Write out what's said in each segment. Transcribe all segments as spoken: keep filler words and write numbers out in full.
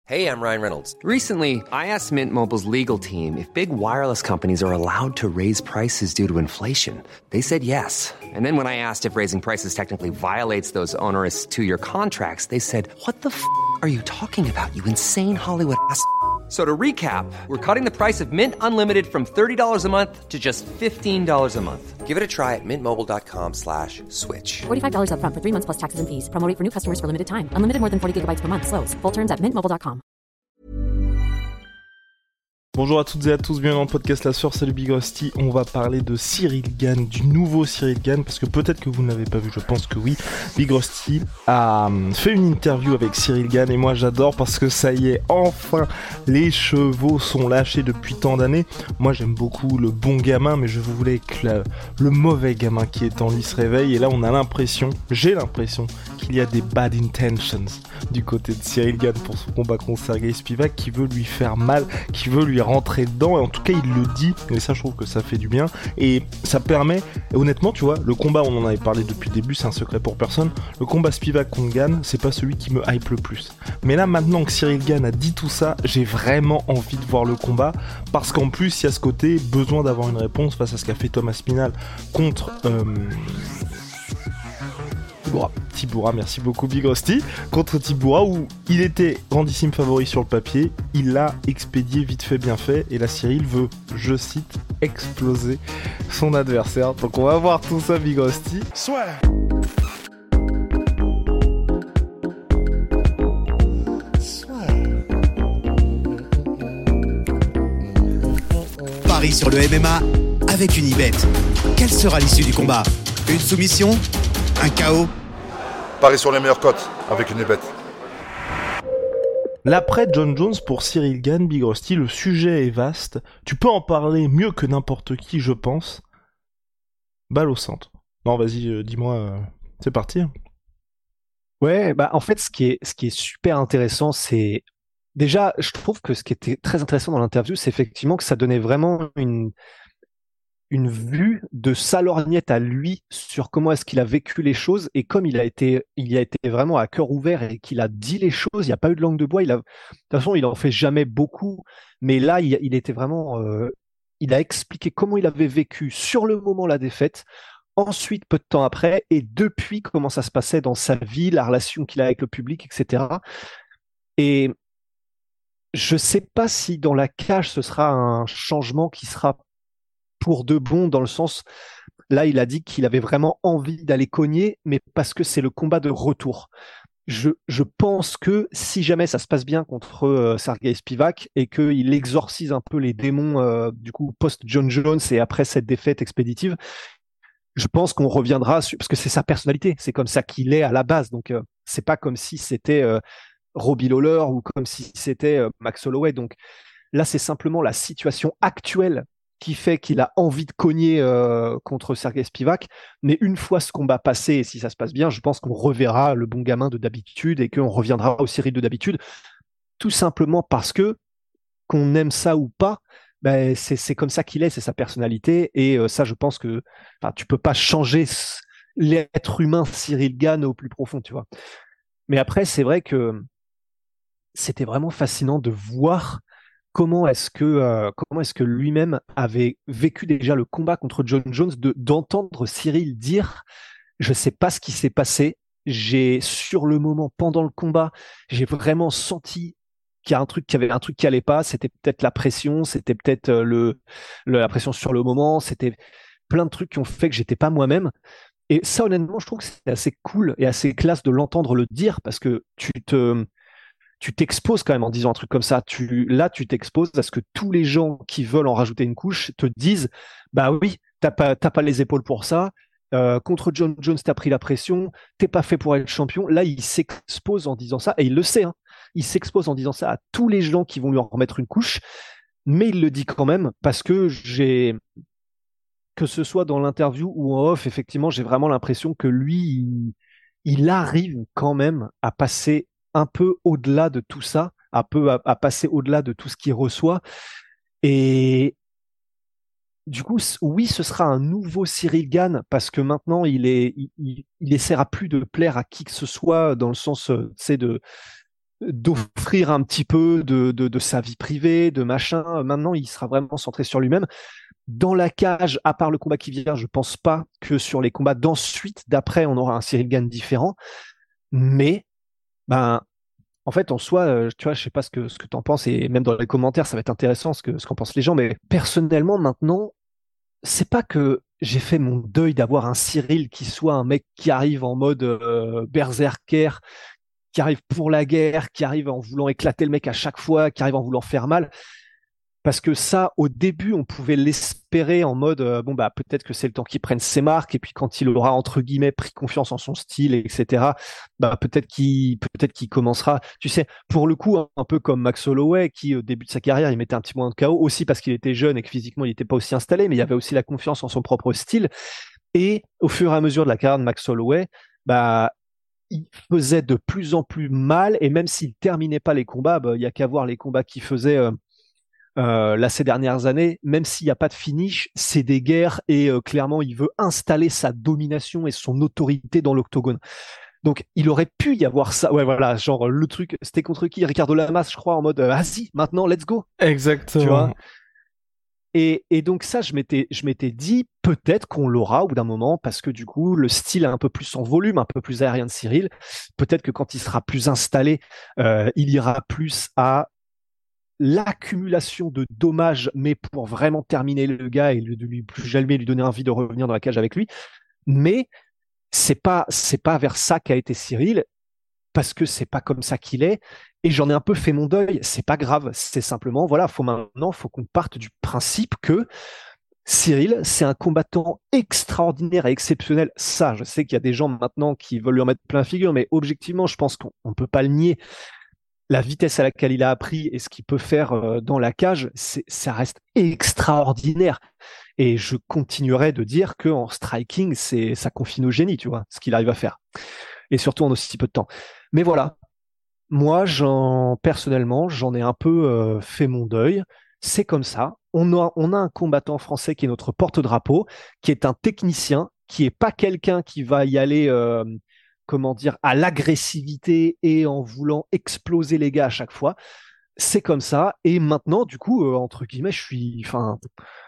Hey, I'm Ryan Reynolds. Recently, I asked Mint Mobile's legal team if big wireless companies are allowed to raise prices due to inflation. They said yes. And then when I asked if raising prices technically violates those onerous two-year contracts, they said, "What the f*** are you talking about, you insane Hollywood ass f- So to recap, we're cutting the price of Mint Unlimited from thirty dollars a month to just fifteen dollars a month. Give it a try at mintmobile.com slash switch. forty-five dollars up front for three months plus taxes and fees. Promo rate for new customers for limited time. Unlimited more than forty gigabytes per month. Slows full terms at mint mobile dot com. Bonjour à toutes et à tous, bienvenue dans le podcast La Source, salut Big Rusty. On va parler de Cyril Gane, du nouveau Cyril Gane, parce que peut-être que vous ne l'avez pas vu, je pense que oui. Big Rusty a fait une interview avec Cyril Gane et moi j'adore parce que ça y est, enfin les chevaux sont lâchés depuis tant d'années. Moi j'aime beaucoup le bon gamin, mais je voulais que la, le mauvais gamin qui est en lui se réveille. Et là on a l'impression, j'ai l'impression qu'il y a des bad intentions du côté de Cyril Gane pour son combat contre Sergei Spivak, qui veut lui faire mal, qui veut lui rentrer dedans, et en tout cas il le dit, et ça je trouve que ça fait du bien, et ça permet, honnêtement tu vois, le combat, on en avait parlé depuis le début, c'est un secret pour personne, le combat Spivak contre Gane, c'est pas celui qui me hype le plus, mais là maintenant que Cyril Gane a dit tout ça, j'ai vraiment envie de voir le combat, parce qu'en plus il y a ce côté besoin d'avoir une réponse face à ce qu'a fait Thomas Spinal contre euh... Tibura. Tibura, merci beaucoup Big Rusty, contre Tibura où il était grandissime favori sur le papier, il l'a expédié vite fait bien fait, et là Cyril veut, je cite, exploser son adversaire. Donc on va voir tout ça Big Rusty. Soit. Paris sur le M M A avec une Unibet. Quelle sera l'issue du combat? Une soumission? Un K O? Paris sur les meilleures cotes avec une Unibet. L'après John Jones pour Cyril Gane, Big Rusty, le sujet est vaste. Tu peux en parler mieux que n'importe qui, je pense. Balle au centre. Non, vas-y, euh, dis-moi, euh, c'est parti. Ouais, bah en fait, ce qui est, ce qui est super intéressant, c'est déjà, je trouve que ce qui était très intéressant dans l'interview, c'est effectivement que ça donnait vraiment une une vue de sa lorgnette à lui sur comment est-ce qu'il a vécu les choses, et comme il a été, il y a été vraiment à cœur ouvert et qu'il a dit les choses, il n'y a pas eu de langue de bois. Il a, de toute façon, il en fait jamais beaucoup, mais là, il, il était vraiment, euh, il a expliqué comment il avait vécu sur le moment la défaite, ensuite peu de temps après, et depuis comment ça se passait dans sa vie, la relation qu'il a avec le public, et cetera. Et je sais pas si dans la cage ce sera un changement qui sera pour de bon, dans le sens, là il a dit qu'il avait vraiment envie d'aller cogner, mais parce que c'est le combat de retour. Je, je pense que si jamais ça se passe bien contre euh, Sergei Spivak et qu'il exorcise un peu les démons euh, du coup post-John Jones et après cette défaite expéditive, je pense qu'on reviendra sur, parce que c'est sa personnalité, c'est comme ça qu'il est à la base, donc euh, c'est pas comme si c'était euh, Robbie Lawler ou comme si c'était euh, Max Holloway. Donc là c'est simplement la situation actuelle qui fait qu'il a envie de cogner euh, contre Sergei Spivak. Mais une fois ce combat passé, et si ça se passe bien, je pense qu'on reverra le bon gamin de d'habitude et qu'on reviendra au Cyril de d'habitude, tout simplement parce que, qu'on aime ça ou pas, ben, c'est, c'est comme ça qu'il est, c'est sa personnalité, et euh, ça je pense que tu peux pas changer ce, l'être humain Cyril Gane au plus profond, tu vois. Mais après, c'est vrai que c'était vraiment fascinant de voir comment est-ce que euh, comment est-ce que lui-même avait vécu déjà le combat contre John Jones, de, d'entendre Cyril dire je sais pas ce qui s'est passé, j'ai sur le moment pendant le combat, j'ai vraiment senti qu'il y a un truc, qu'il y avait un truc qui allait pas, c'était peut-être la pression, c'était peut-être euh, le, le la pression sur le moment, c'était plein de trucs qui ont fait que j'étais pas moi-même. Et ça, honnêtement, je trouve que c'est assez cool et assez classe de l'entendre le dire, parce que tu te tu t'exposes quand même en disant un truc comme ça. Tu, là, tu t'exposes à ce que tous les gens qui veulent en rajouter une couche te disent bah oui, t'as pas, t'as pas les épaules pour ça. Euh, contre John Jones, t'as pris la pression. T'es pas fait pour être champion. Là, il s'expose en disant ça, et il le sait. Hein, il s'expose en disant ça à tous les gens qui vont lui en remettre une couche. Mais il le dit quand même parce que j'ai, que ce soit dans l'interview ou en off, effectivement, j'ai vraiment l'impression que lui, il, il arrive quand même à passer un peu au-delà de tout ça, un peu à, à passer au-delà de tout ce qu'il reçoit. Et du coup, oui, ce sera un nouveau Cyril Gane, parce que maintenant, il est, il, il, il essaiera plus de plaire à qui que ce soit, dans le sens, c'est de, d'offrir un petit peu de, de, de sa vie privée, de machin. Maintenant, il sera vraiment centré sur lui-même. Dans la cage, à part le combat qui vient, je pense pas que sur les combats d'ensuite, d'après, on aura un Ciryl Gane différent. Mais, ben, en fait, en soi, euh, tu vois, je sais pas ce que, ce que t'en penses, et même dans les commentaires, ça va être intéressant ce que, ce qu'en pensent les gens, mais personnellement, maintenant, c'est pas que j'ai fait mon deuil d'avoir un Ciryl qui soit un mec qui arrive en mode euh, berserker, qui arrive pour la guerre, qui arrive en voulant éclater le mec à chaque fois, qui arrive en voulant faire mal. Parce que ça, au début, on pouvait l'espérer en mode euh, bon bah peut-être que c'est le temps qu'il prenne ses marques, et puis quand il aura entre guillemets pris confiance en son style, et cetera. Bah peut-être qu'il peut-être qu'il commencera. Tu sais, pour le coup, un, un peu comme Max Holloway, qui au début de sa carrière, il mettait un petit moins de K O aussi parce qu'il était jeune et que physiquement il n'était pas aussi installé, mais il y avait aussi la confiance en son propre style. Et au fur et à mesure de la carrière de Max Holloway, bah il faisait de plus en plus mal, et même s'il terminait pas les combats, bah, il y a qu'à voir les combats qu'il faisait. Euh, Euh, là, ces dernières années, même s'il n'y a pas de finish, c'est des guerres, et euh, clairement, il veut installer sa domination et son autorité dans l'octogone. Donc, il aurait pu y avoir ça. Ouais, voilà, genre le truc, c'était contre qui? Ricardo Lamas, je crois, en mode, euh, vas-y, maintenant, let's go. Exactement. Tu vois? Et, et donc ça, je m'étais, je m'étais dit, peut-être qu'on l'aura au bout d'un moment, parce que du coup, le style est un peu plus en volume, un peu plus aérien de Ciryl. Peut-être que quand il sera plus installé, euh, il ira plus à l'accumulation de dommages, mais pour vraiment terminer le gars et de lui plus jamais lui donner envie de revenir dans la cage avec lui. Mais c'est pas c'est pas vers ça qu'a été Ciryl, parce que c'est pas comme ça qu'il est, et j'en ai un peu fait mon deuil. C'est pas grave, c'est simplement voilà, faut maintenant faut qu'on parte du principe que Ciryl, c'est un combattant extraordinaire et exceptionnel. Ça, je sais qu'il y a des gens maintenant qui veulent lui en mettre plein la figure, mais objectivement, je pense qu'on ne peut pas le nier. La vitesse à laquelle il a appris et ce qu'il peut faire euh, dans la cage, c'est, ça reste extraordinaire. Et je continuerai de dire qu'en striking, c'est, ça confine au génie, tu vois, ce qu'il arrive à faire. Et surtout en aussi peu de temps. Mais voilà, moi, j'en, personnellement, j'en ai un peu euh, fait mon deuil. C'est comme ça. On a, on a un combattant français qui est notre porte-drapeau, qui est un technicien, qui est pas quelqu'un qui va y aller... Euh, comment dire, à l'agressivité et en voulant exploser les gars à chaque fois. C'est comme ça. Et maintenant, du coup, euh, entre guillemets, je suis, enfin,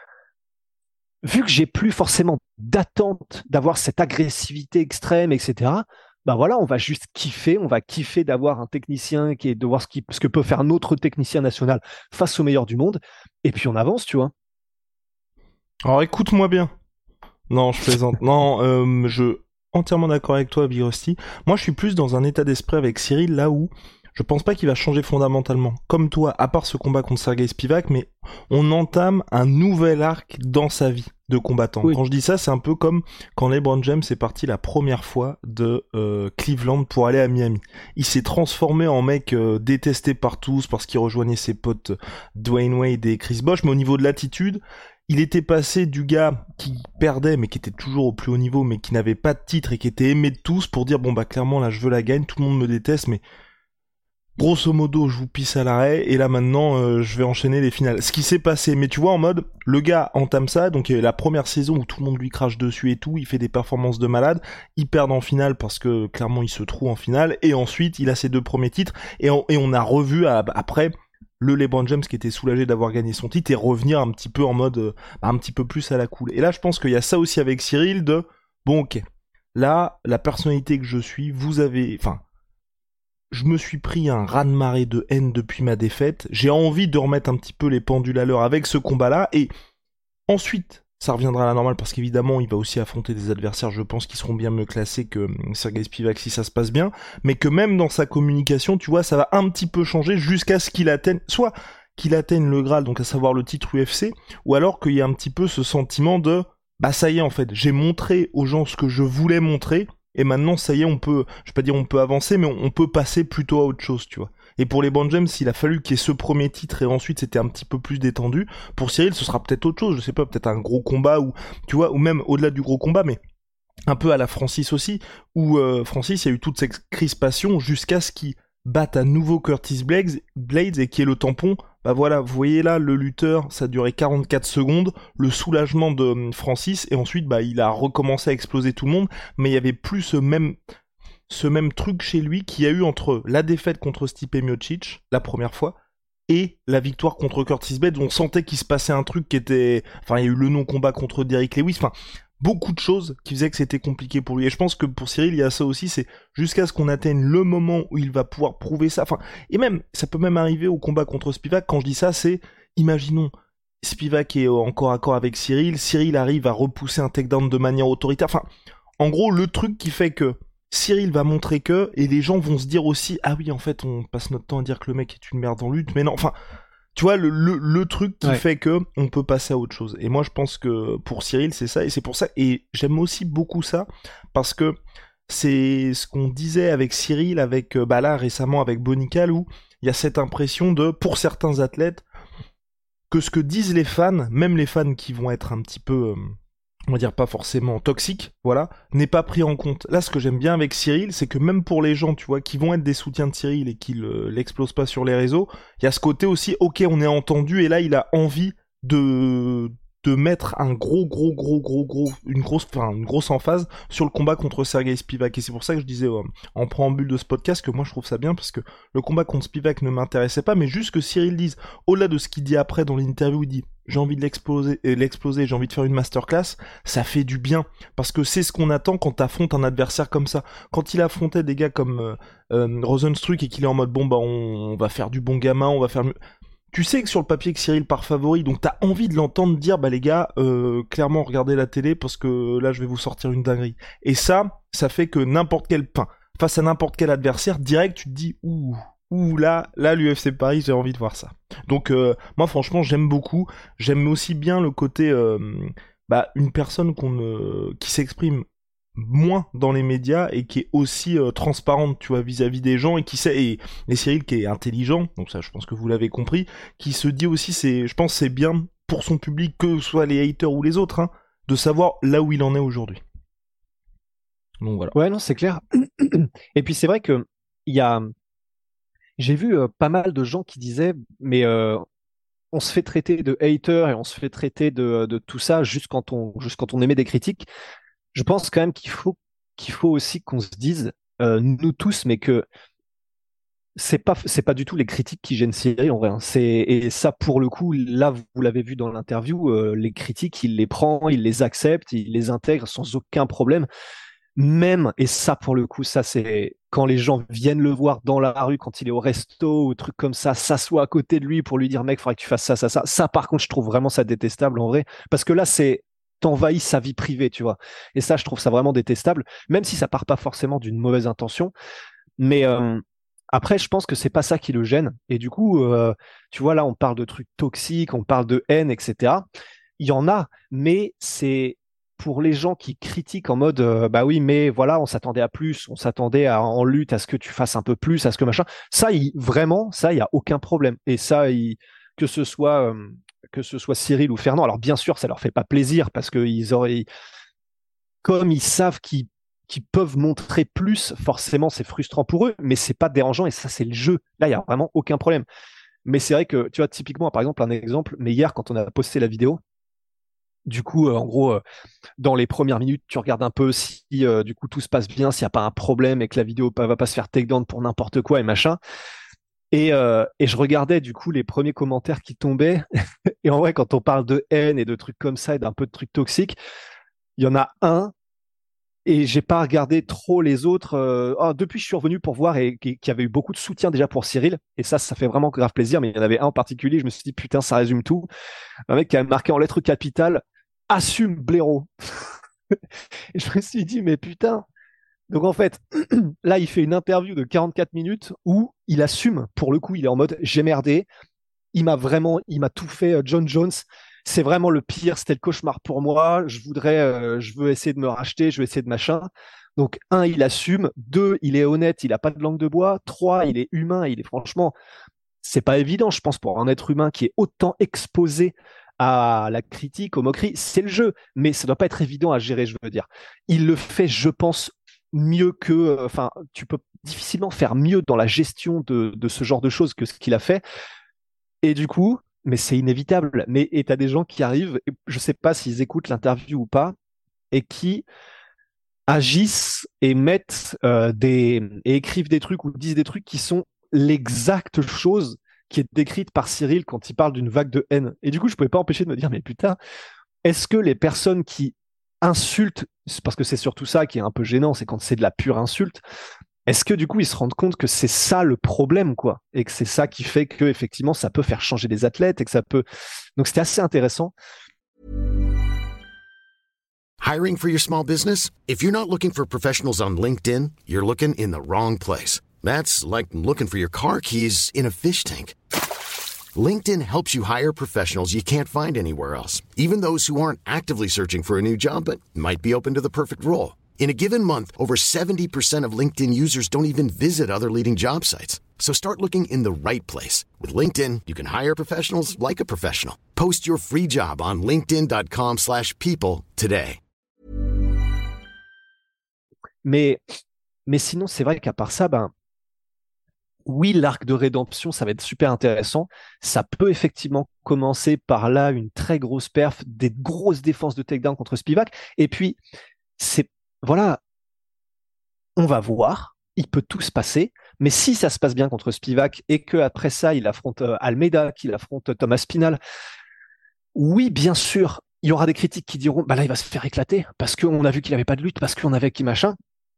vu que j'ai plus forcément d'attente d'avoir cette agressivité extrême, et cetera. Bah voilà, on va juste kiffer, on va kiffer d'avoir un technicien qui est de voir ce, qui, ce que peut faire notre technicien national face au meilleur du monde. Et puis on avance, tu vois. Alors écoute-moi bien. Non, je plaisante. non, euh, je entièrement d'accord avec toi, Big Rusty. Moi, je suis plus dans un état d'esprit avec Ciryl, là où je pense pas qu'il va changer fondamentalement. Comme toi, à part ce combat contre Sergei Spivak, mais on entame un nouvel arc dans sa vie de combattant. Oui. Quand je dis ça, c'est un peu comme quand LeBron James est parti la première fois de euh, Cleveland pour aller à Miami. Il s'est transformé en mec euh, détesté par tous parce qu'il rejoignait ses potes Dwayne Wade et Chris Bosh, mais au niveau de l'attitude, il était passé du gars qui perdait, mais qui était toujours au plus haut niveau, mais qui n'avait pas de titre et qui était aimé de tous pour dire, bon bah clairement là je veux la gagne, tout le monde me déteste, mais grosso modo je vous pisse à l'arrêt, et là maintenant euh, je vais enchaîner les finales. Ce qui s'est passé, mais tu vois, en mode, le gars entame ça, donc il y a la première saison où tout le monde lui crache dessus et tout, il fait des performances de malade, il perd en finale parce que clairement il se trouve en finale, et ensuite il a ses deux premiers titres, et on, et on a revu à, après... le LeBron James qui était soulagé d'avoir gagné son titre et revenir un petit peu en mode euh, un petit peu plus à la cool. Et là je pense qu'il y a ça aussi avec Ciryl de bon ok, là la personnalité que je suis, vous avez, enfin je me suis pris un raz-de-marée de haine depuis ma défaite, j'ai envie de remettre un petit peu les pendules à l'heure avec ce combat là, et ensuite ça reviendra à la normale parce qu'évidemment il va aussi affronter des adversaires, je pense, qui seront bien mieux classés que Sergei Spivak si ça se passe bien, mais que même dans sa communication, tu vois, ça va un petit peu changer jusqu'à ce qu'il atteigne, soit qu'il atteigne le Graal, donc à savoir le titre U F C, ou alors qu'il y a un petit peu ce sentiment de bah ça y est en fait, j'ai montré aux gens ce que je voulais montrer, et maintenant ça y est, on peut, je vais pas dire on peut avancer, mais on, on peut passer plutôt à autre chose, tu vois. Et pour les LeBron James, il a fallu qu'il y ait ce premier titre et ensuite c'était un petit peu plus détendu. Pour Ciryl, ce sera peut-être autre chose, je sais pas, peut-être un gros combat, ou tu vois, ou même au-delà du gros combat, mais un peu à la Francis aussi, où euh, Francis, il y a eu toute cette crispation jusqu'à ce qu'il batte à nouveau Curtis Blades, Blades et qui est le tampon. Bah voilà, vous voyez là, le lutteur, ça a duré quarante-quatre secondes, le soulagement de Francis, et ensuite, bah il a recommencé à exploser tout le monde, mais il y avait plus ce même... ce même truc chez lui qu'il y a eu entre la défaite contre Stipe Miocic, la première fois, et la victoire contre Curtis Blades, où on sentait qu'il se passait un truc qui était... Enfin, il y a eu le non-combat contre Derrick Lewis, enfin, beaucoup de choses qui faisaient que c'était compliqué pour lui. Et je pense que pour Cyril, il y a ça aussi, c'est jusqu'à ce qu'on atteigne le moment où il va pouvoir prouver ça. Enfin, et même, ça peut même arriver au combat contre Spivak. Quand je dis ça, c'est, imaginons, Spivak est encore à corps avec Cyril, Cyril arrive à repousser un takedown de manière autoritaire. Enfin, en gros, le truc qui fait que Cyril va montrer que, et les gens vont se dire aussi, ah oui, en fait, on passe notre temps à dire que le mec est une merde en lutte, mais non, enfin, tu vois, le, le, le truc qui ouais. fait que on peut passer à autre chose. Et moi, je pense que pour Cyril, c'est ça, et c'est pour ça, et j'aime aussi beaucoup ça, parce que c'est ce qu'on disait avec Cyril, avec, bah là, récemment, avec Bonical, où il y a cette impression de, pour certains athlètes, que ce que disent les fans, même les fans qui vont être un petit peu... Euh, on va dire pas forcément toxique, voilà, n'est pas pris en compte. Là, ce que j'aime bien avec Cyril, c'est que même pour les gens, tu vois, qui vont être des soutiens de Cyril et qui le, l'explosent pas sur les réseaux, il y a ce côté aussi, ok, on est entendu, et là, il a envie de, de mettre un gros, gros, gros, gros, gros, une grosse, enfin, une grosse emphase sur le combat contre Sergei Spivak. Et c'est pour ça que je disais, euh, en préambule de ce podcast, que moi, je trouve ça bien, parce que le combat contre Spivak ne m'intéressait pas, mais juste que Cyril dise, au-delà de ce qu'il dit après dans l'interview, il dit, j'ai envie de l'exploser, euh, l'exploser, j'ai envie de faire une masterclass, ça fait du bien, parce que c'est ce qu'on attend quand t'affrontes un adversaire comme ça. Quand il affrontait des gars comme euh, euh, Rosenstruck et qu'il est en mode, bon bah on, on va faire du bon gamin, on va faire... Tu sais que sur le papier que Cyril part favori, donc t'as envie de l'entendre dire, bah les gars, euh, clairement regardez la télé, parce que là je vais vous sortir une dinguerie. Et ça, ça fait que n'importe quel... Enfin, face à n'importe quel adversaire, direct tu te dis, ouh... Ouh là, là l'U F C Paris, j'ai envie de voir ça. Donc euh, moi franchement j'aime beaucoup. J'aime aussi bien le côté euh, bah une personne qu'on ne, qui s'exprime moins dans les médias et qui est aussi euh, transparente, tu vois, vis-à-vis des gens et qui sait et, et Cyril qui est intelligent. Donc ça, je pense que vous l'avez compris, qui se dit aussi, c'est, je pense, c'est bien pour son public, que ce soit les haters ou les autres, hein, de savoir là où il en est aujourd'hui. Donc voilà. Ouais, non, c'est clair. Et puis c'est vrai que il y a J'ai vu euh, pas mal de gens qui disaient, mais euh, on se fait traiter de hater et on se fait traiter de, de tout ça juste quand on, juste quand on émet des critiques. Je pense quand même qu'il faut, qu'il faut aussi qu'on se dise, euh, nous tous, mais que c'est pas, c'est pas du tout les critiques qui gênent Cyril en vrai. Hein. C'est, et ça, pour le coup, là, vous l'avez vu dans l'interview, euh, les critiques, il les prend, il les accepte, il les intègre sans aucun problème. Même, et ça pour le coup, ça c'est quand les gens viennent le voir dans la rue, quand il est au resto ou truc comme ça, s'assoit à côté de lui pour lui dire mec, faudrait que tu fasses ça, ça, ça. Ça par contre, je trouve vraiment ça détestable en vrai, parce que là c'est t'envahis sa vie privée, tu vois. Et ça, je trouve ça vraiment détestable, même si ça part pas forcément d'une mauvaise intention. Mais euh, après, je pense que c'est pas ça qui le gêne. Et du coup, euh, tu vois là, on parle de trucs toxiques, on parle de haine, et cetera. Il y en a, mais c'est pour les gens qui critiquent en mode euh, bah oui mais voilà on s'attendait à plus, on s'attendait à, en lutte à ce que tu fasses un peu plus, à ce que machin, ça il, vraiment ça il y a aucun problème. Et ça il, que ce soit euh, que ce soit Cyril ou Fernand, alors bien sûr ça leur fait pas plaisir parce que ils auraient, comme ils savent qu'ils qu'ils peuvent montrer plus, forcément c'est frustrant pour eux, mais c'est pas dérangeant et ça c'est le jeu, là il y a vraiment aucun problème. Mais c'est vrai que tu vois typiquement par exemple un exemple, mais hier quand on a posté la vidéo, du coup, euh, en gros, euh, dans les premières minutes, tu regardes un peu si euh, du coup tout se passe bien, s'il n'y a pas un problème et que la vidéo ne va pas se faire takedown pour n'importe quoi et machin. Et, euh, et je regardais du coup les premiers commentaires qui tombaient. Et en vrai, quand on parle de haine et de trucs comme ça et d'un peu de trucs toxiques, il y en a un. Et j'ai pas regardé trop les autres. Euh... Oh, depuis, je suis revenu pour voir et qu'il y avait eu beaucoup de soutien déjà pour Cyril. Et ça, ça fait vraiment grave plaisir. Mais il y en avait un en particulier. Je me suis dit putain, ça résume tout. Un mec qui a marqué en lettres capitales assume blaireau. Et je me suis dit, mais putain. Donc en fait, là, il fait une interview de quarante-quatre minutes où il assume, pour le coup, il est en mode j'ai merdé. Il m'a vraiment, il m'a tout fait, John Jones. C'est vraiment le pire, c'était le cauchemar pour moi. Je voudrais, euh, je veux essayer de me racheter, je veux essayer de machin. Donc, un, il assume. Deux, il est honnête, il a pas de langue de bois. Trois, il est humain, il est franchement, c'est pas évident, je pense, pour un être humain qui est autant exposé à la critique, aux moqueries. C'est le jeu, mais ça doit pas être évident à gérer, je veux dire. Il le fait, je pense, mieux que, enfin, euh, tu peux difficilement faire mieux dans la gestion de, de ce genre de choses que ce qu'il a fait. Et du coup, mais c'est inévitable. Mais et t'as des gens qui arrivent, je sais pas s'ils écoutent l'interview ou pas, et qui agissent et mettent euh, des et écrivent des trucs ou disent des trucs qui sont l'exacte chose qui est décrite par Cyril quand il parle d'une vague de haine. Et du coup, je pouvais pas empêcher de me dire, mais putain, est-ce que les personnes qui insultent, parce que c'est surtout ça qui est un peu gênant, c'est quand c'est de la pure insulte, est-ce que du coup ils se rendent compte que c'est ça le problème, quoi, et que c'est ça qui fait que effectivement ça peut faire changer des athlètes et que ça peut. Donc c'était assez intéressant. Hiring for your small business? If you're not looking for professionals on LinkedIn, you're looking in the wrong place. That's like looking for your car keys in a fish tank. LinkedIn helps you hire professionals you can't find anywhere else, even those who aren't actively searching for a new job but might be open to the perfect role. In a given month, over seventy percent of LinkedIn users don't even visit other leading job sites. So start looking in the right place. With LinkedIn, you can hire professionals like a professional. Post your free job on linkedin dot com slash people today. Mais, mais sinon, c'est vrai qu'à part ça, ben, oui, l'arc de rédemption, ça va être super intéressant. Ça peut effectivement commencer par là, une très grosse perf, des grosses défenses de takedown contre Spivak. Et puis, c'est voilà, on va voir, il peut tout se passer, mais si ça se passe bien contre Spivak et qu'après ça, il affronte euh, Almeida, qu'il affronte euh, Thomas Spinal, oui, bien sûr, il y aura des critiques qui diront, bah là, il va se faire éclater, parce qu'on a vu qu'il n'avait pas de lutte, parce qu'on avait qui machin.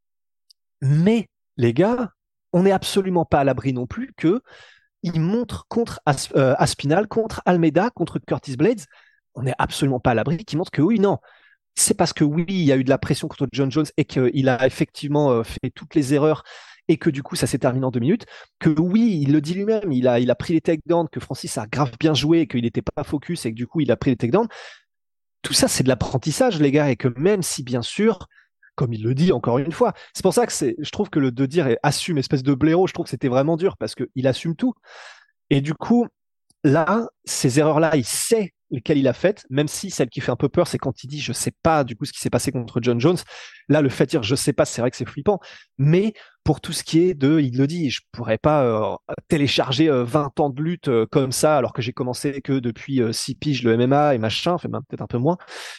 Mais, les gars, on n'est absolument pas à l'abri non plus que il montre contre As- euh, Aspinall, contre Almeida, contre Curtis Blades, on n'est absolument pas à l'abri qui montre que oui, non, c'est parce que oui, il y a eu de la pression contre John Jones et qu'il a effectivement euh, fait toutes les erreurs et que du coup ça s'est terminé en deux minutes, que oui, il le dit lui-même, il a, il a pris les takedowns, que Francis a grave bien joué et qu'il n'était pas focus et que du coup il a pris les takedowns. Tout ça c'est de l'apprentissage les gars, et que même si bien sûr, comme il le dit encore une fois, c'est pour ça que c'est, je trouve que le de dire et assume espèce de blaireau, je trouve que c'était vraiment dur parce qu'il assume tout. Et du coup, là, ces erreurs-là, il sait lesquelles il a faites, même si celle qui fait un peu peur, c'est quand il dit je sais pas du coup ce qui s'est passé contre John Jones. Là, le fait de dire je sais pas, c'est vrai que c'est flippant. Mais pour tout ce qui est de, il le dit, je pourrais pas euh, télécharger euh, vingt ans de lutte euh, comme ça, alors que j'ai commencé que depuis euh, six piges le M M A et machin, enfin même peut-être un peu moins.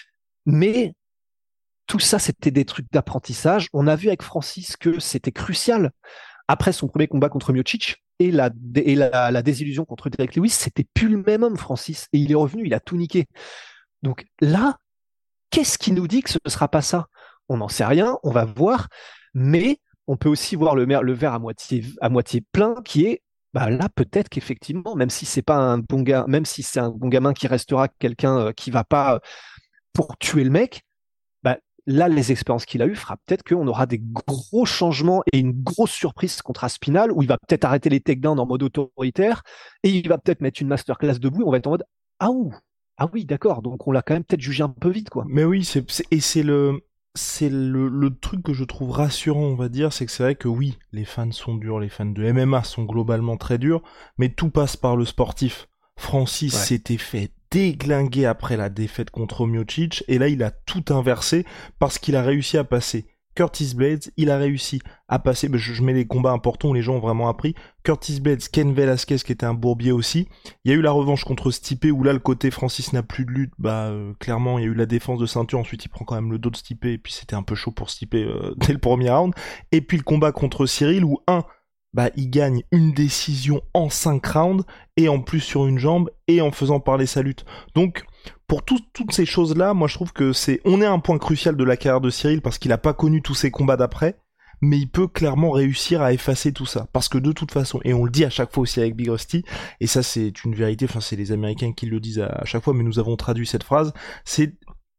Mais tout ça, c'était des trucs d'apprentissage. On a vu avec Francis que c'était crucial. Après son premier combat contre Miocic et la, et la, la désillusion contre Derek Lewis, c'était plus le même homme, Francis. Et il est revenu, il a tout niqué. Donc là, qu'est-ce qui nous dit que ce ne sera pas ça? On n'en sait rien, on va voir. Mais on peut aussi voir le, le verre à moitié, à moitié plein, qui est, bah là, peut-être qu'effectivement, même si c'est pas un bon gars, même si c'est un bon gamin qui restera quelqu'un euh, qui va pas euh, pour tuer le mec, bah, là, les expériences qu'il a eues fera peut-être qu'on aura des gros changements et une grosse surprise contre Aspinall, où il va peut-être arrêter les takedowns en mode autoritaire et il va peut-être mettre une masterclass debout. On va être en mode ah ouh, ah oui, d'accord. Donc on l'a quand même peut-être jugé un peu vite, quoi. Mais oui, c'est, c'est et c'est le c'est le, le truc que je trouve rassurant, on va dire, c'est que c'est vrai que oui, les fans sont durs, les fans de M M A sont globalement très durs, mais tout passe par le sportif. Francis ouais. s'était fait déglingué après la défaite contre Miocic, et là il a tout inversé parce qu'il a réussi à passer Curtis Blades, il a réussi à passer, ben je, je mets les combats importants où les gens ont vraiment appris, Curtis Blades, Ken Velasquez qui était un bourbier aussi, il y a eu la revanche contre Stipe où là le côté Francis n'a plus de lutte, bah euh, clairement il y a eu la défense de ceinture, ensuite il prend quand même le dos de Stipe et puis c'était un peu chaud pour Stipe euh, dès le premier round, et puis le combat contre Cyril où un bah il gagne une décision en cinq rounds, et en plus sur une jambe, et en faisant parler sa lutte. Donc, pour tout, toutes ces choses-là, moi je trouve que c'est, on est à un point crucial de la carrière de Cyril, parce qu'il a pas connu tous ces combats d'après, mais il peut clairement réussir à effacer tout ça. Parce que de toute façon, et on le dit à chaque fois aussi avec Big Rusty, et ça c'est une vérité, enfin c'est les Américains qui le disent à chaque fois, mais nous avons traduit cette phrase, c'est,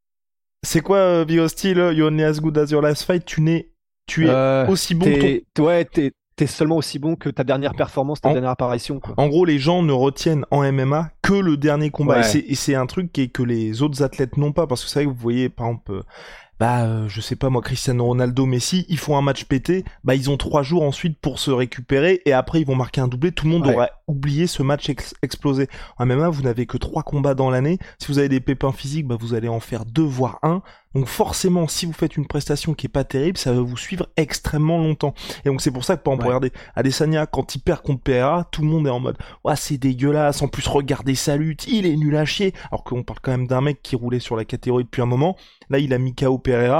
c'est quoi euh, Big Rusty, là, you're only as good as your last fight, tu n'es, tu es euh, aussi bon que ton... Ouais, t'es... t'es seulement aussi bon que ta dernière performance, ta en, dernière apparition, quoi. En gros, les gens ne retiennent en M M A que le dernier combat. Ouais. Et, c'est, et c'est un truc qui est, que les autres athlètes n'ont pas. Parce que c'est vrai que vous voyez, par exemple, euh, bah, euh, je sais pas moi, Cristiano Ronaldo, Messi, ils font un match pété, bah, ils ont trois jours ensuite pour se récupérer, et après ils vont marquer un doublé, tout le monde ouais. aura oublié ce match ex- explosé. En M M A, vous n'avez que trois combats dans l'année. Si vous avez des pépins physiques, bah, vous allez en faire deux, voire un. Donc forcément, si vous faites une prestation qui est pas terrible, ça va vous suivre extrêmement longtemps. Et donc c'est pour ça que, par exemple, ouais. regardez, Adesanya, quand il perd contre Pereira, tout le monde est en mode « Ouais, c'est dégueulasse, en plus regardez sa lutte, il est nul à chier !» Alors qu'on parle quand même d'un mec qui roulait sur la catégorie depuis un moment. Là, il a mis K O Pereira.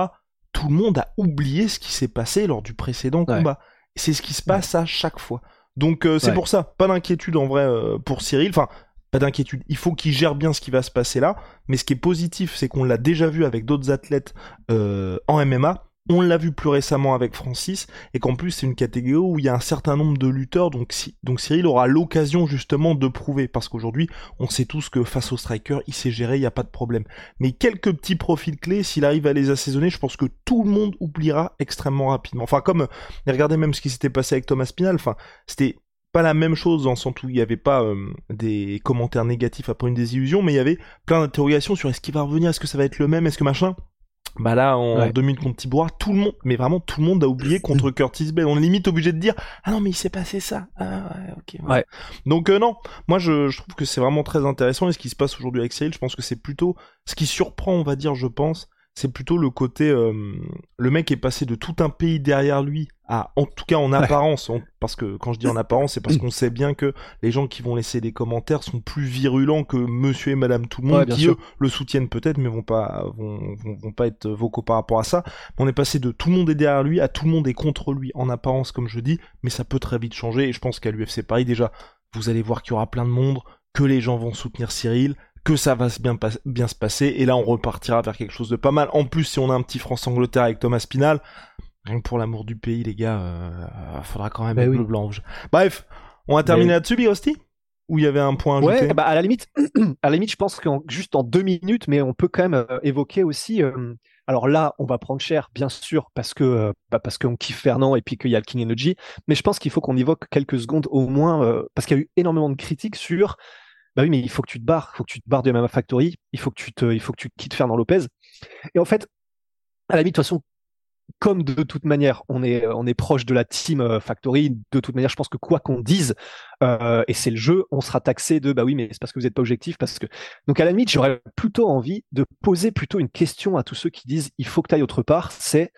tout le monde a oublié ce qui s'est passé lors du précédent Ouais. combat. C'est ce qui se passe à chaque fois. Donc euh, c'est Ouais. pour ça, pas d'inquiétude en vrai euh, pour Cyril. Enfin, pas d'inquiétude. Il faut qu'il gère bien ce qui va se passer là. Mais ce qui est positif, c'est qu'on l'a déjà vu avec d'autres athlètes euh, en M M A. On l'a vu plus récemment avec Francis, et qu'en plus c'est une catégorie où il y a un certain nombre de lutteurs, donc, si, donc Cyril aura l'occasion justement de prouver, parce qu'aujourd'hui on sait tous que face au striker il sait gérer, il n'y a pas de problème. Mais quelques petits profils clés, s'il arrive à les assaisonner, je pense que tout le monde oubliera extrêmement rapidement. Enfin comme, et regardez même ce qui s'était passé avec Thomas Spinal, enfin c'était pas la même chose dans le sens où il n'y avait pas euh, des commentaires négatifs après une désillusion, mais il y avait plein d'interrogations sur est-ce qu'il va revenir, est-ce que ça va être le même, est-ce que machin. Bah là, en Ouais. deux mille contre Tibois, tout le monde, mais vraiment tout le monde a oublié contre Curtis Bell. On est limite obligé de dire ah non mais il s'est passé ça. Ah ouais, ok. Ouais. Ouais. Donc euh, non, moi je, je trouve que c'est vraiment très intéressant et ce qui se passe aujourd'hui avec Cyril, je pense que c'est plutôt ce qui surprend, on va dire, je pense, c'est plutôt le côté euh, le mec est passé de tout un pays derrière lui à, en tout cas en apparence, on- parce que quand je dis en apparence, c'est parce qu'on sait bien que les gens qui vont laisser des commentaires sont plus virulents que Monsieur et Madame tout le monde, Ouais, bien qui sûr. eux le soutiennent peut-être, mais vont pas vont, vont, vont pas être vocaux par rapport à ça. On est passé de tout le monde est derrière lui à tout le monde est contre lui en apparence, comme je dis, mais ça peut très vite changer. Et je pense qu'à l'U F C Paris déjà, vous allez voir qu'il y aura plein de monde, que les gens vont soutenir Cyril, que ça va se bien, pas- bien se passer, et là on repartira vers quelque chose de pas mal. En plus, si on a un petit France-Angleterre avec Thomas Spinal, rien que pour l'amour du pays, les gars, euh, faudra quand même Bah être oui. bleu, blanc, rouge. Bref, on va terminer Mais- là-dessus, Big Rusty ? Ou il y avait un point à ajouter ? Ouais, bah à la limite, à la limite, je pense qu'en juste en deux minutes, mais on peut quand même euh, évoquer aussi. euh, alors là, on va prendre cher, bien sûr, parce que euh, bah, parce qu'on kiffe Fernand et puis qu'il y a le King Energy. Mais je pense qu'il faut qu'on évoque quelques secondes au moins, euh, parce qu'il y a eu énormément de critiques sur. Bah oui, mais il faut que tu te barres, il faut que tu te barres de M M A Factory, il faut que tu te, il faut que tu quittes Fernand Lopez. Et en fait, à la limite, de toute façon, comme de toute manière, on est, on est proche de la team euh, Factory, de toute manière, je pense que quoi qu'on dise, euh, et c'est le jeu, on sera taxé de bah oui, mais c'est parce que vous n'êtes pas objectif, parce que. Donc à la limite, j'aurais plutôt envie de poser plutôt une question à tous ceux qui disent il faut que tu ailles autre part. C'est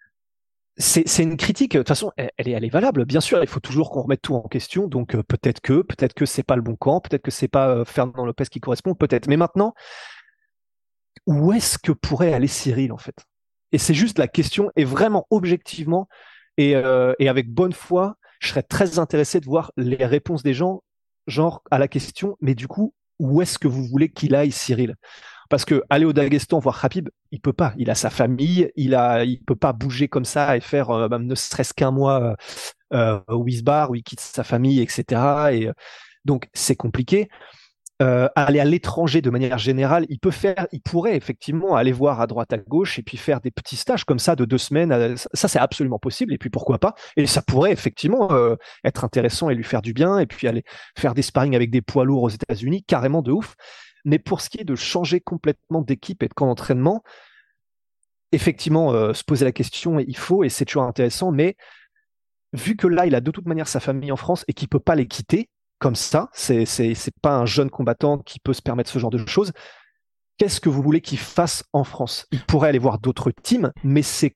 c'est c'est une critique. De toute façon, elle, elle est elle est valable. Bien sûr, il faut toujours qu'on remette tout en question. Donc euh, peut-être que peut-être que c'est pas le bon camp, peut-être que c'est pas euh, Fernand Lopez qui correspond, peut-être. Mais maintenant, où est-ce que pourrait aller Cyril en fait? Et c'est juste la question, et vraiment objectivement, et, euh, et avec bonne foi, je serais très intéressé de voir les réponses des gens, genre à la question, mais du coup, où est-ce que vous voulez qu'il aille, Cyril? Parce que aller au Daghestan voir Khabib, il peut pas. Il a sa famille, il a, il peut pas bouger comme ça et faire euh, même ne serait-ce qu'un mois euh, au Wisbar où il quitte sa famille, et cetera. Et euh, donc c'est compliqué. Euh, aller à l'étranger de manière générale, il peut faire, il pourrait effectivement aller voir à droite à gauche et puis faire des petits stages comme ça de deux semaines. Euh, Ça, c'est absolument possible. Et puis pourquoi pas? Et ça pourrait effectivement euh, être intéressant et lui faire du bien. Et puis aller faire des sparring avec des poids lourds aux États-Unis, carrément de ouf. Mais pour ce qui est de changer complètement d'équipe et de camp d'entraînement, effectivement, euh, se poser la question, il faut, et c'est toujours intéressant. Mais vu que là, il a de toute manière sa famille en France et qu'il peut pas les quitter comme ça, c'est c'est c'est pas un jeune combattant qui peut se permettre ce genre de choses. Qu'est-ce que vous voulez qu'il fasse en France? Il pourrait aller voir d'autres teams, mais c'est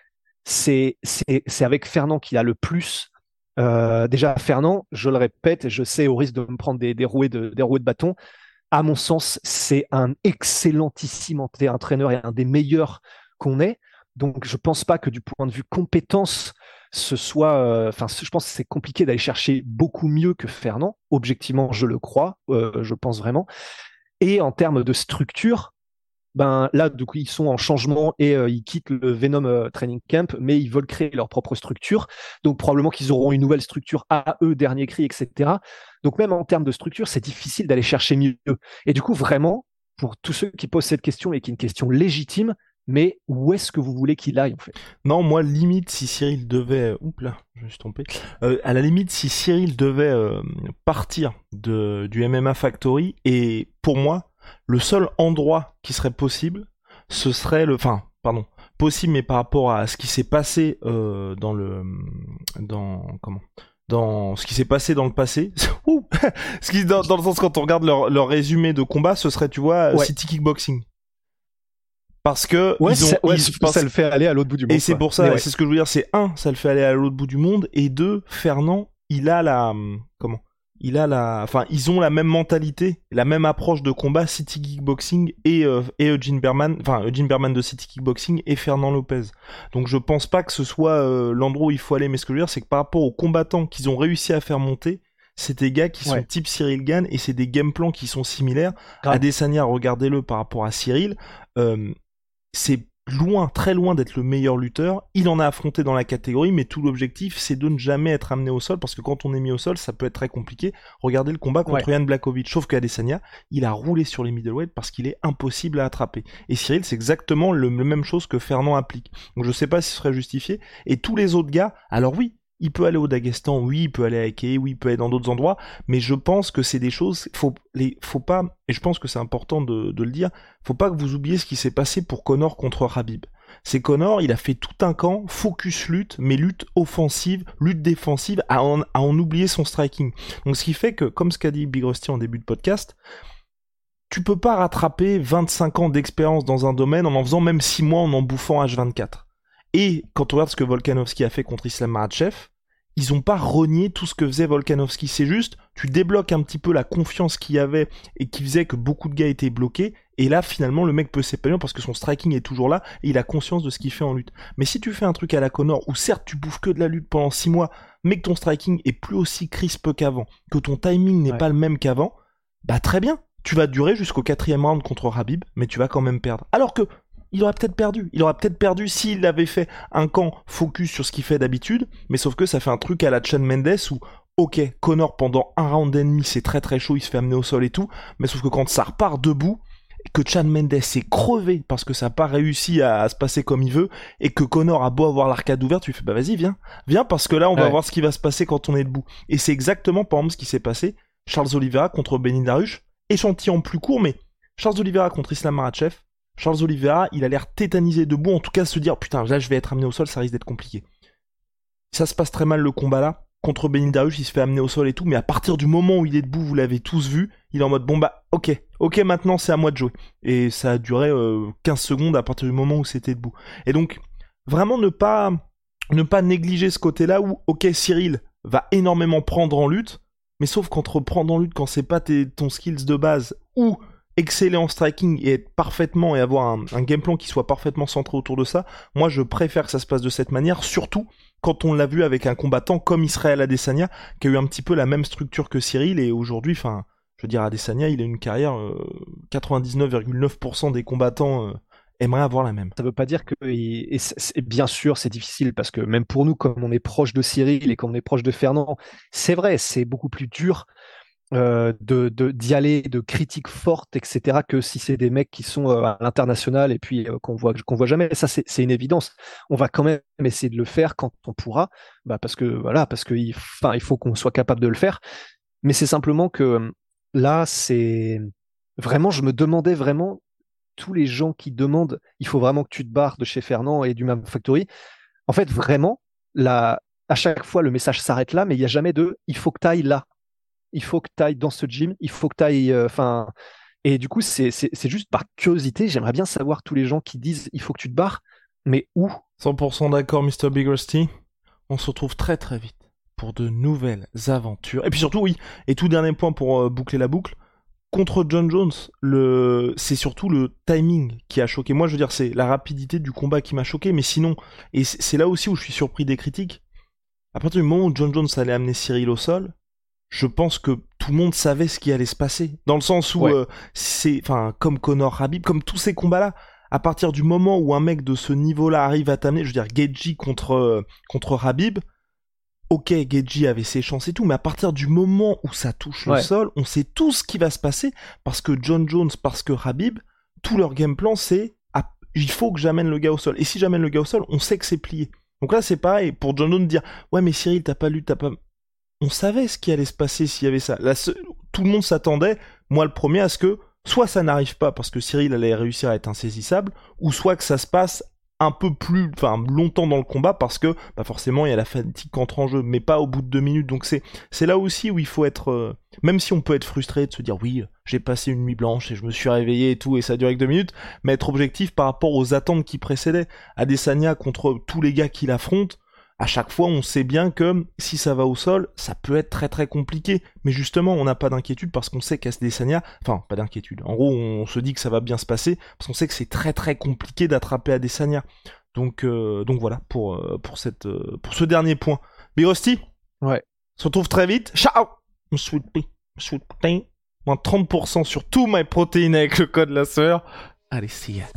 c'est c'est c'est avec Fernand qu'il a le plus. Euh, déjà Fernand, je le répète, et je sais au risque de me prendre des des rouées de des rouées de bâton. À mon sens, c'est un excellentissime entraîneur et un des meilleurs qu'on ait. Donc, je pense pas que du point de vue compétence, ce soit. Enfin, euh, je pense que c'est compliqué d'aller chercher beaucoup mieux que Fernand. Objectivement, je le crois, euh, je pense vraiment. Et en termes de structure, ben là, du coup, ils sont en changement et euh, ils quittent le Venom euh, Training Camp, mais ils veulent créer leur propre structure. Donc, probablement qu'ils auront une nouvelle structure à eux, dernier cri, et cetera. Donc, même en termes de structure, c'est difficile d'aller chercher mieux. Et du coup, vraiment, pour tous ceux qui posent cette question et qui est une question légitime, mais où est-ce que vous voulez qu'il aille en fait? Non, moi, limite, si Cyril devait... Oups là, je me suis trompé. Euh, à la limite, si Cyril devait euh, partir de, du M M A Factory, et pour moi, le seul endroit qui serait possible, ce serait le... Enfin, pardon, possible, mais par rapport à ce qui s'est passé euh, dans le... Dans... Comment dans ce qui s'est passé dans le passé, ce qui, dans, dans le sens quand on regarde leur, leur résumé de combat, ce serait, tu vois, ouais. City Kickboxing. Parce que ouais, ils ont, ça, ouais, ils, ça parce... le fait aller à l'autre bout du monde. Et c'est quoi. pour ça, ouais. c'est ce que je veux dire, c'est un, ça le fait aller à l'autre bout du monde, et deux, Fernand, il a la, comment, il a la, enfin, ils ont la même mentalité, la même approche de combat, City Kickboxing et, euh, et Eugene Berman, enfin, Eugene Berman de City Kickboxing et Fernand Lopez. Donc, je pense pas que ce soit euh, l'endroit où il faut aller, mais ce que je veux dire, c'est que par rapport aux combattants qu'ils ont réussi à faire monter, c'est des gars qui ouais. sont type Cyril Gane et c'est des game plans qui sont similaires. Grave. Adesanya, regardez-le par rapport à Cyril, euh, c'est loin, très loin d'être le meilleur lutteur. Il en a affronté dans la catégorie, mais tout l'objectif, c'est de ne jamais être amené au sol, parce que quand on est mis au sol, ça peut être très compliqué. Regardez le combat contre ouais. Jan Blachowicz, sauf qu'Adesanya, il a roulé sur les middleweight parce qu'il est impossible à attraper. Et Cyril, c'est exactement le, le même chose que Fernand applique. Donc je sais pas si ce serait justifié. Et tous les autres gars, alors oui, il peut aller au Daghestan, oui, il peut aller à Eke, oui, il peut aller dans d'autres endroits, mais je pense que c'est des choses, faut, les, faut pas, et je pense que c'est important de, de le dire, faut pas que vous oubliez ce qui s'est passé pour Conor contre Khabib. C'est Conor, il a fait tout un camp, focus lutte, mais lutte offensive, lutte défensive, à en, à en oublier son striking. Donc ce qui fait que, comme ce qu'a dit Big Rusty en début de podcast, tu peux pas rattraper vingt-cinq ans d'expérience dans un domaine en en faisant même six mois en en bouffant H vingt-quatre. Et quand on regarde ce que Volkanovski a fait contre Islam Makhachev, ils ont pas renié tout ce que faisait Volkanovski. C'est juste, tu débloques un petit peu la confiance qu'il y avait et qui faisait que beaucoup de gars étaient bloqués. Et là, finalement, le mec peut s'épanouir parce que son striking est toujours là et il a conscience de ce qu'il fait en lutte. Mais si tu fais un truc à la Conor où certes tu bouffes que de la lutte pendant six mois, mais que ton striking est plus aussi crisp qu'avant, que ton timing n'est ouais. pas le même qu'avant, bah très bien. Tu vas durer jusqu'au quatrième round contre Khabib, mais tu vas quand même perdre. Alors que il aurait peut-être perdu. Il aurait peut-être perdu s'il avait fait un camp focus sur ce qu'il fait d'habitude, mais sauf que ça fait un truc à la Shawn Mendes où, ok, Conor pendant un round et demi, c'est très très chaud, il se fait amener au sol et tout, mais sauf que quand ça repart debout, que Shawn Mendes est crevé parce que ça n'a pas réussi à, à se passer comme il veut, et que Conor a beau avoir l'arcade ouverte, tu fais bah vas-y, viens, viens parce que là on va ouais. voir ce qui va se passer quand on est debout. Et c'est exactement par exemple ce qui s'est passé, Charles Oliveira contre Beneil Dariush, échantillon plus court, mais Charles Oliveira contre Islam Makhachev, Charles Oliveira, il a l'air tétanisé debout, en tout cas se dire putain là je vais être amené au sol, ça risque d'être compliqué. Ça se passe très mal le combat là, contre Beneil Dariush, il se fait amener au sol et tout, mais à partir du moment où il est debout, vous l'avez tous vu, il est en mode bon bah ok, ok maintenant c'est à moi de jouer. Et ça a duré euh, quinze secondes à partir du moment où c'était debout. Et donc vraiment ne pas, ne pas négliger ce côté-là où ok Cyril va énormément prendre en lutte, mais sauf qu'entre prendre en lutte quand c'est pas tes, ton skills de base ou exceller en striking et être parfaitement et avoir un, un game plan qui soit parfaitement centré autour de ça, moi je préfère que ça se passe de cette manière, surtout quand on l'a vu avec un combattant comme Israël Adesanya, qui a eu un petit peu la même structure que Cyril, et aujourd'hui, enfin, je veux dire, Adesanya, il a une carrière, euh, quatre-vingt-dix-neuf virgule neuf pour cent des combattants euh, aimeraient avoir la même. Ça veut pas dire que, et c'est, bien sûr, c'est difficile, parce que même pour nous, comme on est proche de Cyril et comme on est proche de Fernand, c'est vrai, c'est beaucoup plus dur Euh, de, de, d'y aller, de critiques fortes, et cetera, que si c'est des mecs qui sont euh, à l'international et puis euh, qu'on voit, qu'on voit jamais. Ça, c'est, c'est une évidence. On va quand même essayer de le faire quand on pourra, bah parce que voilà, parce que il, enfin, il faut qu'on soit capable de le faire. Mais c'est simplement que là, c'est vraiment, je me demandais vraiment, tous les gens qui demandent, il faut vraiment que tu te barres de chez Fernand et du Mam Factory. En fait, vraiment, là, à chaque fois, le message s'arrête là, mais il n'y a jamais de, il faut que tu ailles là. Il faut que tu ailles dans ce gym, il faut que tu ailles... Enfin, euh, et du coup, c'est, c'est, c'est juste par curiosité, j'aimerais bien savoir tous les gens qui disent il faut que tu te barres, mais où ? cent pour cent d'accord, mister Big Rusty. On se retrouve très très vite pour de nouvelles aventures. Et puis surtout, oui, et tout dernier point pour euh, boucler la boucle, contre John Jones, le... c'est surtout le timing qui a choqué. Moi, je veux dire, c'est la rapidité du combat qui m'a choqué, mais sinon, et c'est là aussi où je suis surpris des critiques, à partir du moment où John Jones allait amener Cyril au sol, je pense que tout le monde savait ce qui allait se passer. Dans le sens où, ouais. euh, c'est, enfin, comme Conor Khabib, comme tous ces combats-là, à partir du moment où un mec de ce niveau-là arrive à t'amener, je veux dire, Gaethje contre, euh, contre Khabib, ok, Gaethje avait ses chances et tout, mais à partir du moment où ça touche ouais. le sol, on sait tout ce qui va se passer, parce que John Jones, parce que Khabib, tout leur game plan, c'est, ah, il faut que j'amène le gars au sol. Et si j'amène le gars au sol, on sait que c'est plié. Donc là, c'est pareil, pour John Jones dire, ouais, mais Cyril, t'as pas lu, t'as pas... On savait ce qui allait se passer s'il y avait ça. Là, ce... Tout le monde s'attendait, moi le premier, à ce que soit ça n'arrive pas parce que Cyril allait réussir à être insaisissable, ou soit que ça se passe un peu plus, enfin longtemps dans le combat parce que bah forcément il y a la fatigue qui entre en jeu, mais pas au bout de deux minutes. Donc c'est c'est là aussi où il faut être, euh... même si on peut être frustré de se dire oui, j'ai passé une nuit blanche et je me suis réveillé et tout et ça a duré que deux minutes, mais être objectif par rapport aux attentes qui précédaient. Adesanya contre tous les gars qui l'affrontent. à chaque fois, on sait bien que si ça va au sol, ça peut être très très compliqué. Mais justement, on n'a pas d'inquiétude parce qu'on sait qu'Adesanya, enfin, pas d'inquiétude. En gros, on se dit que ça va bien se passer parce qu'on sait que c'est très très compliqué d'attraper Adesanya. Donc, euh, donc voilà pour euh, pour cette euh, pour ce dernier point. Big Rusty, ouais, on se retrouve très vite. Ciao, sweet pea, sweet protein, moins trente pour cent sur tout my protéines avec le code la sœur. Allez, see ya.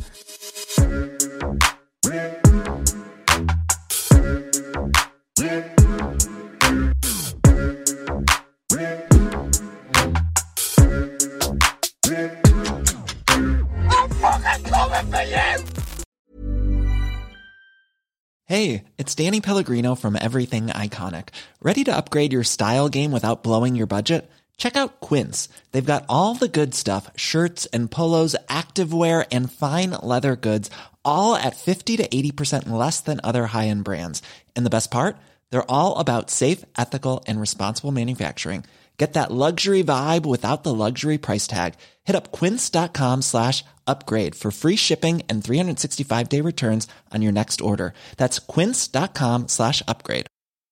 Hey, it's Danny Pellegrino from Everything Iconic. Ready to upgrade your style game without blowing your budget? Check out Quince. They've got all the good stuff, shirts and polos, activewear, and fine leather goods, all at fifty to eighty percent less than other high-end brands. And the best part? They're all about safe, ethical, and responsible manufacturing. Get that luxury vibe without the luxury price tag. Hit up quince.com slash upgrade for free shipping and three sixty-five day returns on your next order. That's quince.com slash upgrade.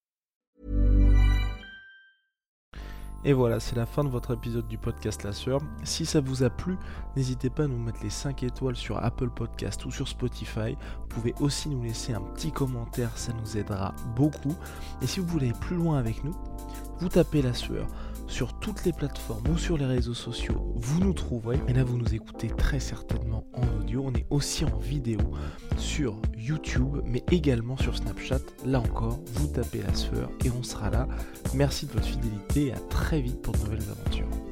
Et voilà, c'est la fin de votre épisode du podcast La Sœur. Si ça vous a plu, n'hésitez pas à nous mettre les cinq étoiles sur Apple Podcast ou sur Spotify. Vous pouvez aussi nous laisser un petit commentaire, ça nous aidera beaucoup. Et si vous voulez aller plus loin avec nous, vous tapez La Sueur sur toutes les plateformes ou sur les réseaux sociaux, vous nous trouverez. Et là, vous nous écoutez très certainement en audio. On est aussi en vidéo sur YouTube, mais également sur Snapchat. Là encore, vous tapez La Sueur et on sera là. Merci de votre fidélité et à très vite pour de nouvelles aventures.